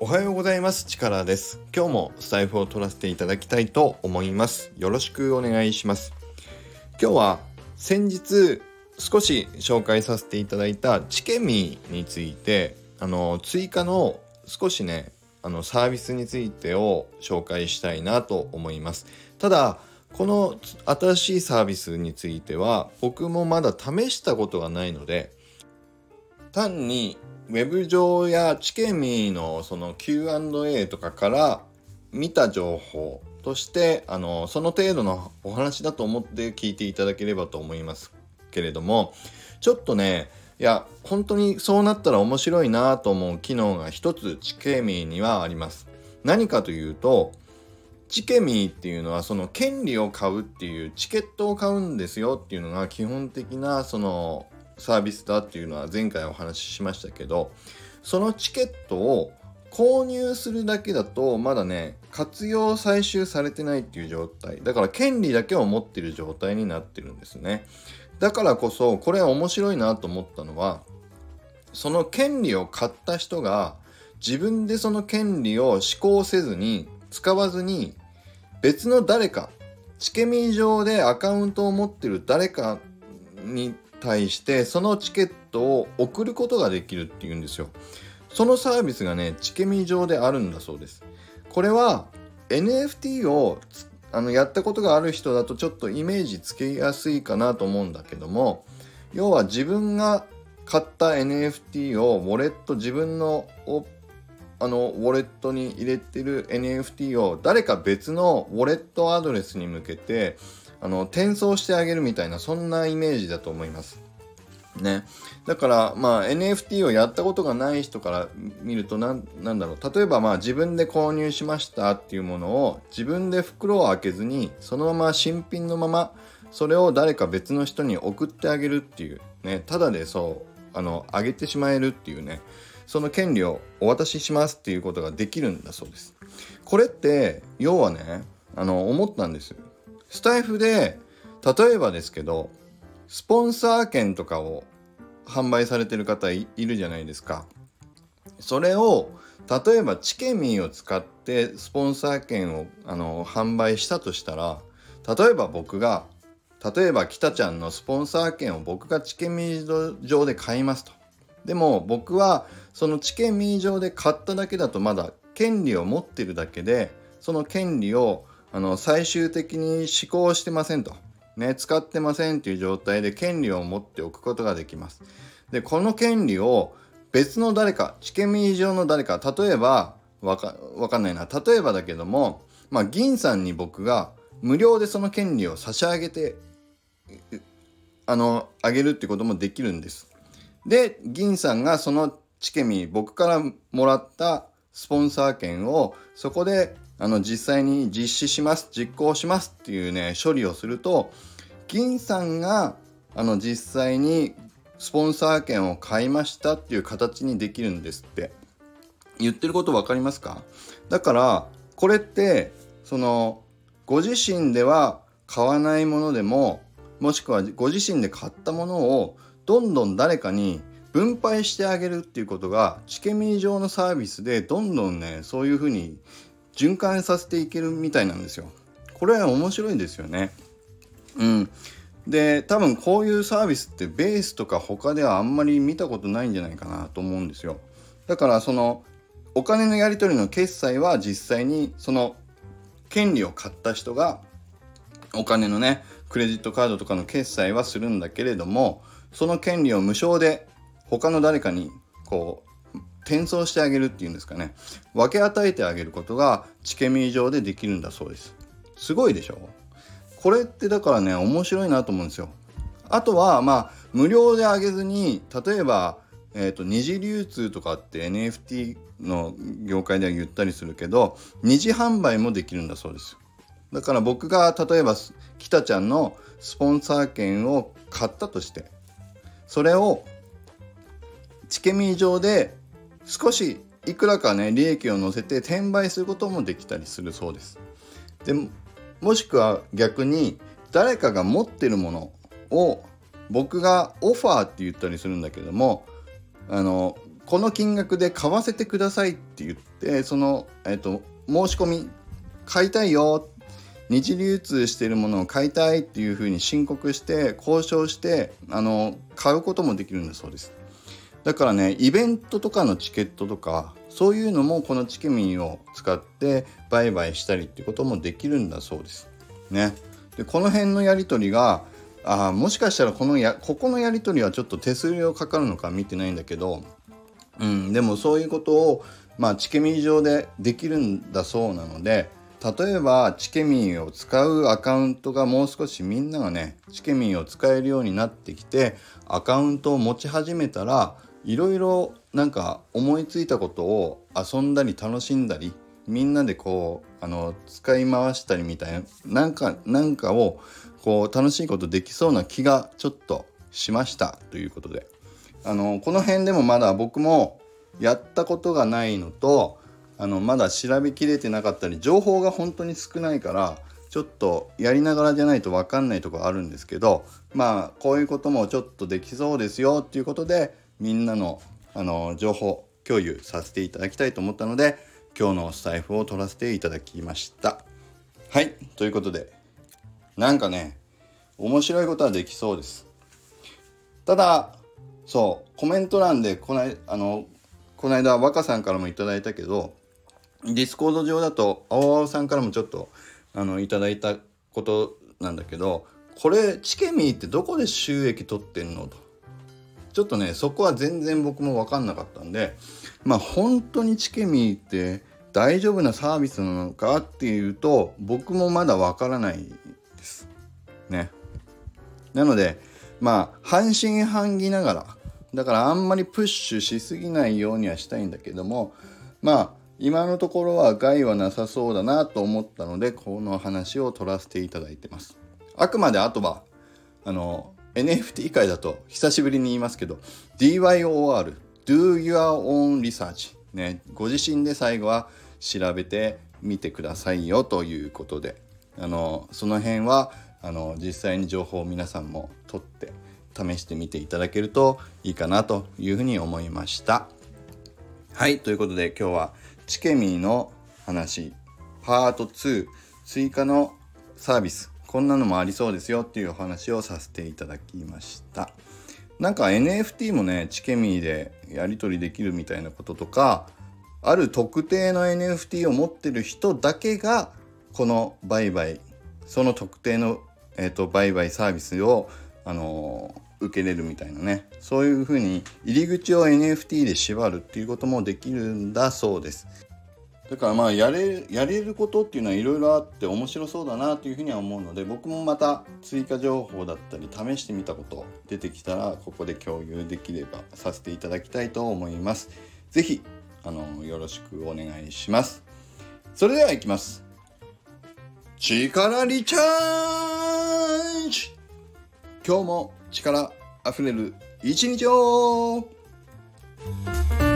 おはようございます。チカラです。今日もスタイフを取らせていただきたいと思います。よろしくお願いします。今日は先日少し紹介させていただいたチケミーについて追加の少しねサービスについてを紹介したいなと思います。ただこの新しいサービスについては僕もまだ試したことがないので、単にウェブ上やチケミーのその Q&A とかから見た情報としてその程度のお話だと思って聞いていただければと思いますけれども、ちょっとね本当にそうなったら面白いなと思う機能が一つチケミーにはあります。何かというと、チケミーっていうのはその権利を買うっていうチケットを買うんですよっていうのが基本的なそのサービスだっていうのは前回お話ししましたけど、そのチケットを購入するだけだとまだね活用採集されてないっていう状態だから、権利だけを持っている状態になってるんですね。だからこそこれ面白いなと思ったのは、その権利を買った人が自分でその権利を施行せずに使わずに、別の誰かチケミー上でアカウントを持ってる誰かに対してそのチケットを送ることができるっていうんですよ。そのサービスがねチケミー上であるんだそうです。これは NFT をやったことがある人だとちょっとイメージつけやすいかなと思うんだけども、要は自分が買った NFT を自分のウォレットに入れてる NFT を誰か別のウォレットアドレスに向けて転送してあげるみたいな、そんなイメージだと思いますね。だからNFT をやったことがない人から見るとなんだろう、例えば自分で購入しましたっていうものを自分で袋を開けずにそのまま新品のままそれを誰か別の人に送ってあげるっていうね、ただであげてしまえるっていうね、その権利をお渡ししますっていうことができるんだそうです。これって要はね思ったんですよ。スタイフで例えばですけどスポンサー券とかを販売されてる方 いるじゃないですか。それを例えばチケミーを使ってスポンサー券を販売したとしたら、例えばキタちゃんのスポンサー券を僕がチケミー上で買いますと。でも僕はそのチケミー上で買っただけだとまだ権利を持ってるだけで、その権利を最終的に施行してませんとね、使ってませんという状態で権利を持っておくことができます。でこの権利を別の誰か、チケミー上の誰か、例えばわかんないな、例えばだけども銀さんに僕が無料でその権利を差し上げてあげるってこともできるんです。で銀さんがそのチケミー、僕からもらったスポンサー券をそこで実際に実行しますっていうね処理をすると、銀さんが実際にスポンサー券を買いましたっていう形にできるんですって。言ってること分かりますか？だからこれってご自身では買わないものでも、もしくはご自身で買ったものをどんどん誰かに分配してあげるっていうことがチケミー上のサービスでどんどんねそういう風に循環させていけるみたいなんですよ。これは面白いですよね。で多分こういうサービスってベースとか他ではあんまり見たことないんじゃないかなと思うんですよ。だからお金のやり取りの決済は実際にその権利を買った人がお金のねクレジットカードとかの決済はするんだけれども、その権利を無償で他の誰かに転送してあげるっていうんですかね、分け与えてあげることがチケミー上でできるんだそうです。すごいでしょ？これってだからね面白いなと思うんですよ。あとは無料であげずに、例えば二次流通とかって NFT の業界では言ったりするけど、二次販売もできるんだそうです。だから僕が例えばキタちゃんのスポンサー券を買ったとして、それをチケミー上で少しいくらかね利益を乗せて転売することもできたりするそうです。でもしくは逆に誰かが持ってるものを僕がオファーって言ったりするんだけども、 この金額で買わせてくださいって言って、その、申し込み買いたいよ、二次流通しているものを買いたいっていうふうに申告して交渉して買うこともできるんだそうです。だからね、イベントとかのチケットとかそういうのもこのチケミーを使って売買したりっていうこともできるんだそうですね。でこの辺のやり取りがもしかしたらここのやり取りはちょっと手数料かかるのか見てないんだけど、でもそういうことをチケミー上でできるんだそうなので、例えばチケミーを使うアカウントがもう少しみんながねチケミーを使えるようになってきてアカウントを持ち始めたら、いろいろなんか思いついたことを遊んだり楽しんだりみんなで使い回したりみたいななんかを楽しいことできそうな気がちょっとしましたということで、この辺でもまだ僕もやったことがないのとまだ調べきれてなかったり情報が本当に少ないからちょっとやりながらじゃないと分かんないところあるんですけど、こういうこともちょっとできそうですよっていうことでみんなの、情報共有させていただきたいと思ったので今日のスタイフを取らせていただきました。はい、ということでなんかね面白いことはできそうです。ただコメント欄でこの間若さんからもいただいたけど、ディスコード上だと青々さんからもちょっといただいたことなんだけど、これチケミーってどこで収益取ってんのと、ちょっとねそこは全然僕も分かんなかったんで、本当にチケミーって大丈夫なサービスなのかっていうと僕もまだ分からないですね。なので半信半疑ながら、だからあんまりプッシュしすぎないようにはしたいんだけども、今のところは害はなさそうだなと思ったのでこの話を取らせていただいてます。あくまであとはNFT 界だと久しぶりに言いますけど DYOR Do Your Own Research ね、ご自身で最後は調べてみてくださいよということで、その辺は実際に情報を皆さんも取って試してみていただけるといいかなというふうに思いました。はい、ということで今日はチケミーの話パート2追加のサービス、こんなのもありそうですよっていうお話をさせていただきました。なんか NFT もねチケミーでやり取りできるみたいなこととか、ある特定の NFT を持ってる人だけがこのその特定の、売買サービスを、受けれるみたいなね、そういう風に入り口を NFT で縛るっていうこともできるんだそうです。だからやれることっていうのはいろいろあって面白そうだなというふうには思うので、僕もまた追加情報だったり試してみたこと出てきたらここで共有できればさせていただきたいと思います。ぜひよろしくお願いします。それではいきます。力リチャージ。今日も力あふれる一日を。